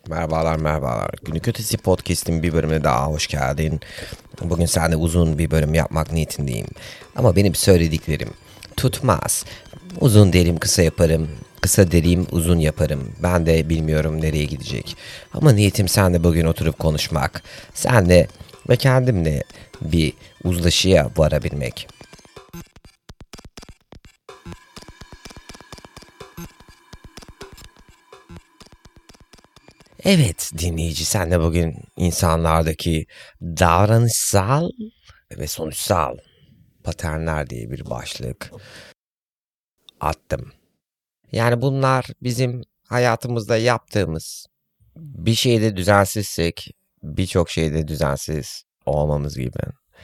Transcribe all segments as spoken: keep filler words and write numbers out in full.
Merhabalar merhabalar. Günlük Ötesi Podcast'in bir bölümüne daha hoş geldin. Bugün seninle uzun bir bölüm yapmak niyetindeyim. Ama benim söylediklerim tutmaz. Uzun derim kısa yaparım. Kısa derim uzun yaparım. Ben de bilmiyorum nereye gidecek. Ama niyetim seninle bugün oturup konuşmak. Seninle ve kendimle bir uzlaşıya varabilmek. Evet dinleyici, sen de bugün insanlardaki davranışsal ve sonuçsal paternler diye bir başlık attım. Yani bunlar bizim hayatımızda yaptığımız, bir şeyde düzensizsek birçok şeyde düzensiz olmamız gibi,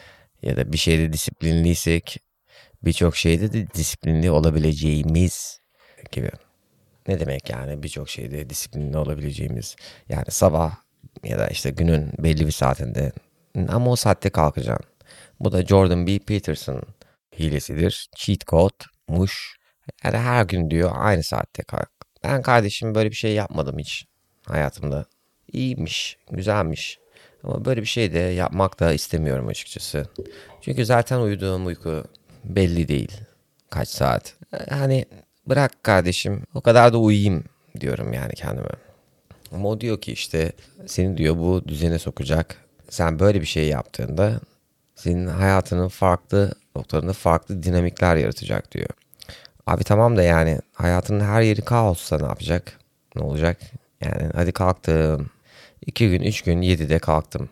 ya da bir şeyde disiplinliysek birçok şeyde de disiplinli olabileceğimiz gibi. Ne demek yani birçok şeyde disiplinli olabileceğimiz? Yani sabah ya da işte günün belli bir saatinde, ama o saatte kalkacaksın. Bu da Jordan B. Peterson hilesidir. Cheat code'muş. Yani her gün diyor aynı saatte kalk. Ben kardeşim böyle bir şey yapmadım hiç hayatımda. İyiymiş, güzelmiş. Ama böyle bir şey de yapmak da istemiyorum açıkçası. Çünkü zaten uyuduğum uyku belli değil. Kaç saat. Hani bırak kardeşim, o kadar da uyuyayım diyorum yani kendime. Ama o diyor ki işte seni diyor bu düzene sokacak. Sen böyle bir şey yaptığında senin hayatının farklı noktalarında farklı dinamikler yaratacak diyor. Abi tamam da yani hayatının her yeri kaossa ne yapacak? Ne olacak? Yani hadi kalktım. iki gün, üç gün yedide kalktım.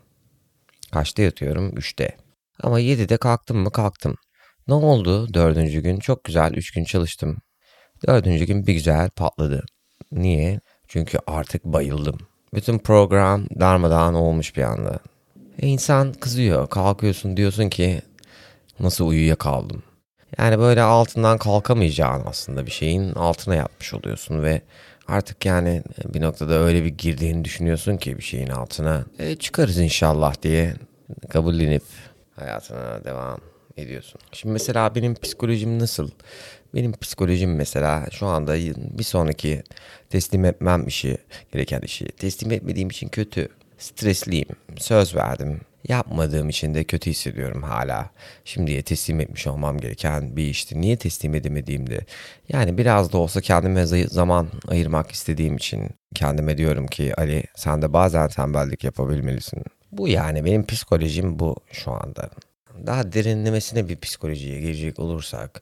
Kaçta yatıyorum? Üçte. Ama yedide kalktım mı kalktım. Ne oldu dördüncü gün? Çok güzel üç gün çalıştım. Dördüncü gün bir güzel patladı. Niye? Çünkü artık bayıldım. Bütün program darmadağın olmuş bir anda. E insan kızıyor. Kalkıyorsun diyorsun ki nasıl uyuyakaldım. Yani böyle altından kalkamayacağın aslında bir şeyin altına yatmış oluyorsun ve artık yani bir noktada öyle bir girdiğini düşünüyorsun ki bir şeyin altına. E çıkarız inşallah diye kabullenip hayatına devam ediyorsun. Şimdi mesela benim psikolojim nasıl? Benim psikolojim mesela şu anda bir sonraki teslim etmem işi, gereken işi teslim etmediğim için kötü. Stresliyim. Söz verdim. Yapmadığım için de kötü hissediyorum hala. Şimdiye teslim etmiş olmam gereken bir işti. Niye teslim edemediğimde? Yani biraz da olsa kendime zaman ayırmak istediğim için kendime diyorum ki Ali sen de bazen tembellik yapabilmelisin. Bu yani benim psikolojim bu şu anda. Daha derinlemesine bir psikolojiye girecek olursak,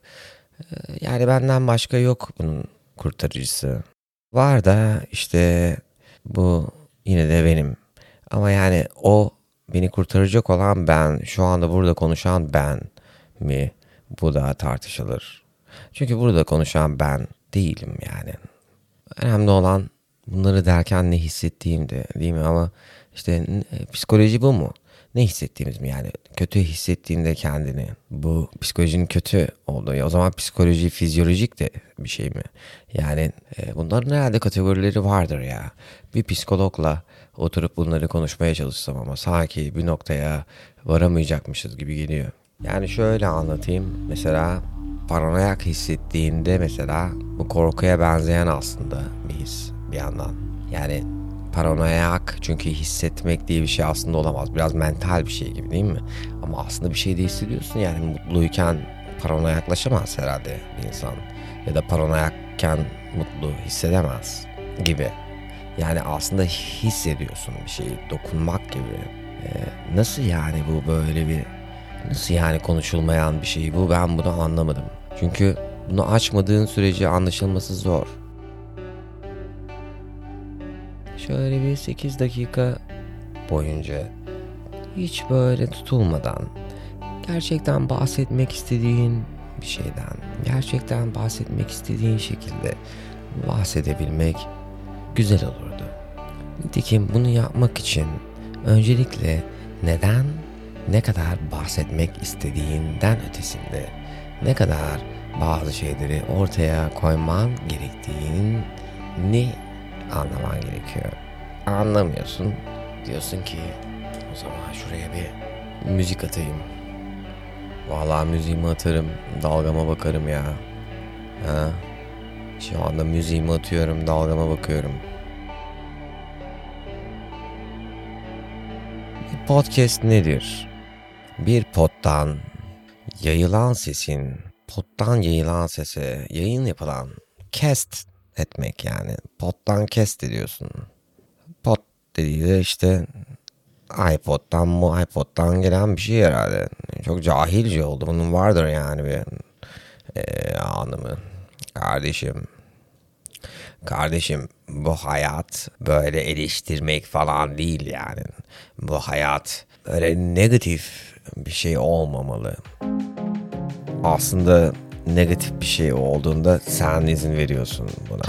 yani benden başka yok bunun kurtarıcısı. Var da işte bu yine de benim. Ama yani o beni kurtaracak olan ben, şu anda burada konuşan ben mi? Bu da tartışılır. Çünkü burada konuşan ben değilim yani. Önemli olan bunları derken ne hissettiğimdi, değil mi? Ama işte psikoloji bu mu? Ne hissettiğimiz mi yani? Kötü hissettiğinde kendini, bu psikolojinin kötü olduğu, o zaman psikoloji fizyolojik de bir şey mi? Yani e, bunların herhalde kategorileri vardır ya. Bir psikologla oturup bunları konuşmaya çalışsam ama sanki bir noktaya varamayacakmışız gibi geliyor. Yani şöyle anlatayım. Mesela paranoyak hissettiğinde mesela bu korkuya benzeyen aslında bir his bir yandan. Yani paranoyak çünkü hissetmek diye bir şey aslında olamaz. Biraz mental bir şey gibi değil mi? Ama aslında bir şey de hissediyorsun yani mutluyken paranoyaklaşamaz herhalde bir insan. Ya da paranoyakken mutlu hissedemez gibi. Yani aslında hissediyorsun bir şeyi, dokunmak gibi. Ee, nasıl yani bu böyle bir, nasıl yani konuşulmayan bir şey bu, ben bunu anlamadım. Çünkü bunu açmadığın sürece anlaşılması zor. Şöyle bir sekiz dakika boyunca hiç böyle tutulmadan gerçekten bahsetmek istediğin bir şeyden, gerçekten bahsetmek istediğin şekilde bahsedebilmek güzel olurdu. Nitekim bunu yapmak için öncelikle neden, ne kadar bahsetmek istediğinden ötesinde ne kadar bazı şeyleri ortaya koyman gerektiğini anlaman gerekiyor. Anlamıyorsun. Diyorsun ki o zaman şuraya bir müzik atayım. Vallahi müziğimi atarım, dalgama bakarım ya. Ha? Şu anda müziğimi atıyorum, dalgama bakıyorum. Podcast nedir? Bir poddan yayılan sesin, poddan yayılan sese yayın yapılan, cast etmek yani. Poddan cast ediyorsun. Pod dediği de işte iPod'dan mı iPod'dan gelen bir şey herhalde. Çok cahilce oldu. Bunun vardır yani bir e, anlamı. Kardeşim. Kardeşim bu hayat böyle eleştirmek falan değil yani. Bu hayat öyle negatif bir şey olmamalı. Aslında negatif bir şey olduğunda sen izin veriyorsun buna.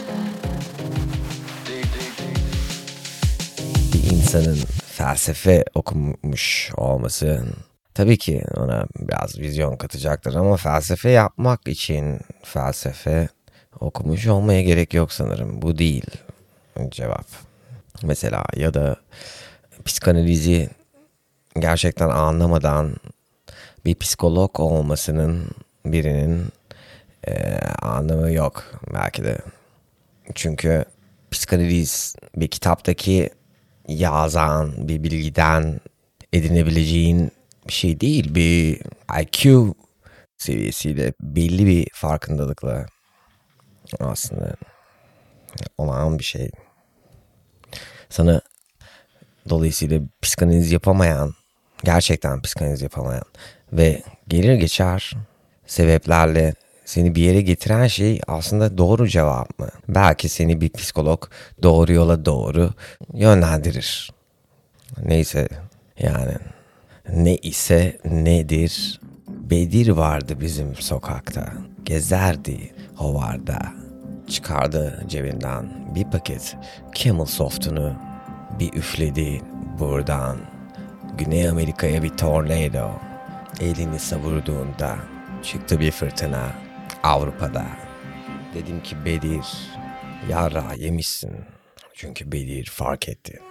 Bir insanın felsefe okumuş olması tabii ki ona biraz vizyon katacaktır ama felsefe yapmak için felsefe okumuş olmaya gerek yok sanırım. Bu değil cevap. Mesela ya da psikanalizi gerçekten anlamadan bir psikolog olmasının birinin e, anlamı yok belki de. Çünkü psikanaliz bir kitaptaki yazan bir bilgiden edinebileceğin bir şey değil. Bir I Q seviyesiyle belli bir farkındalıkla aslında olan bir şey. Sana dolayısıyla psikanaliz yapamayan, gerçekten psikanaliz yapamayan ve gelir geçer sebeplerle seni bir yere getiren şey aslında doğru cevap mı? Belki seni bir psikolog doğru yola doğru yönlendirir. Neyse yani ne ise nedir? Bedir vardı bizim sokakta. Gezerdi hovarda. Çıkardı cebinden bir paket Camel Soft'unu bir üfledi buradan. Güney Amerika'ya bir tornado. Elini savurduğunda çıktı bir fırtına Avrupa'da. Dedim ki Bedir yara yemişsin. Çünkü Bedir fark etti.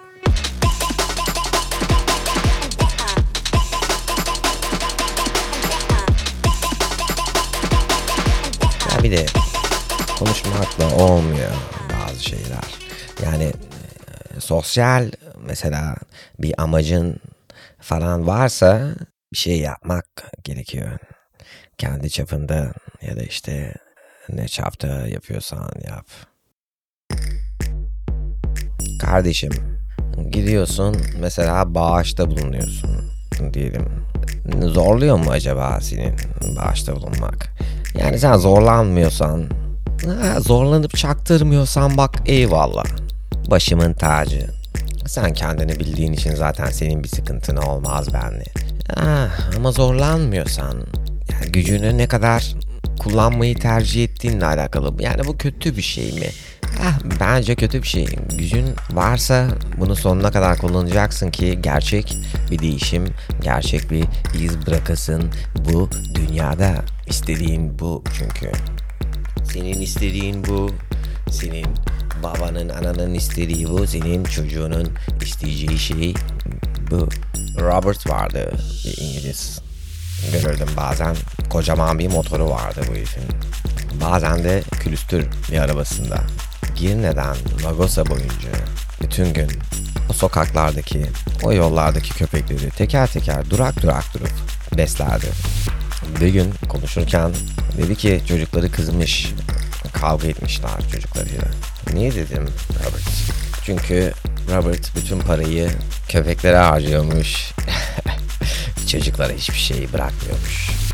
Ya bir de konuşmakla olmuyor bazı şeyler. Yani e, sosyal mesela bir amacın falan varsa bir şey yapmak gerekiyor. Kendi çapında ya da işte ne çapta yapıyorsan yap. Kardeşim gidiyorsun mesela bağışta bulunuyorsun diyelim. Zorluyor mu acaba senin bağışta bulunmak? Yani sen zorlanmıyorsan, zorlanıp çaktırmıyorsan bak eyvallah. Başımın tacı. Sen kendini bildiğin için zaten senin bir sıkıntın olmaz benle. Ah, ama zorlanmıyorsan, yani gücünü ne kadar kullanmayı tercih ettiğinle alakalı. Yani bu kötü bir şey mi? Ah, bence kötü bir şey. Gücün varsa bunu sonuna kadar kullanacaksın ki gerçek bir değişim, gerçek bir iz bırakasın bu dünyada. İstediğin bu çünkü. Senin istediğin bu. Senin babanın, ananın istediği bu. Senin çocuğunun isteyeceği şey bu. Robert vardı, bir İngiliz. Görürdüm bazen. Kocaman bir motoru vardı bu herifin. Bazen de külüstür bir arabasında. Girne'den Lagos'a boyunca bütün gün o sokaklardaki, o yollardaki köpekleri teker teker durak durak durup beslerdi. Bir gün konuşurken dedi ki çocukları kızmış, kavga etmişler çocuklarıyla. Niye dedim Robert? Çünkü Robert bütün parayı köpeklere harcıyormuş. Çocuklara hiçbir şey bırakmıyormuş.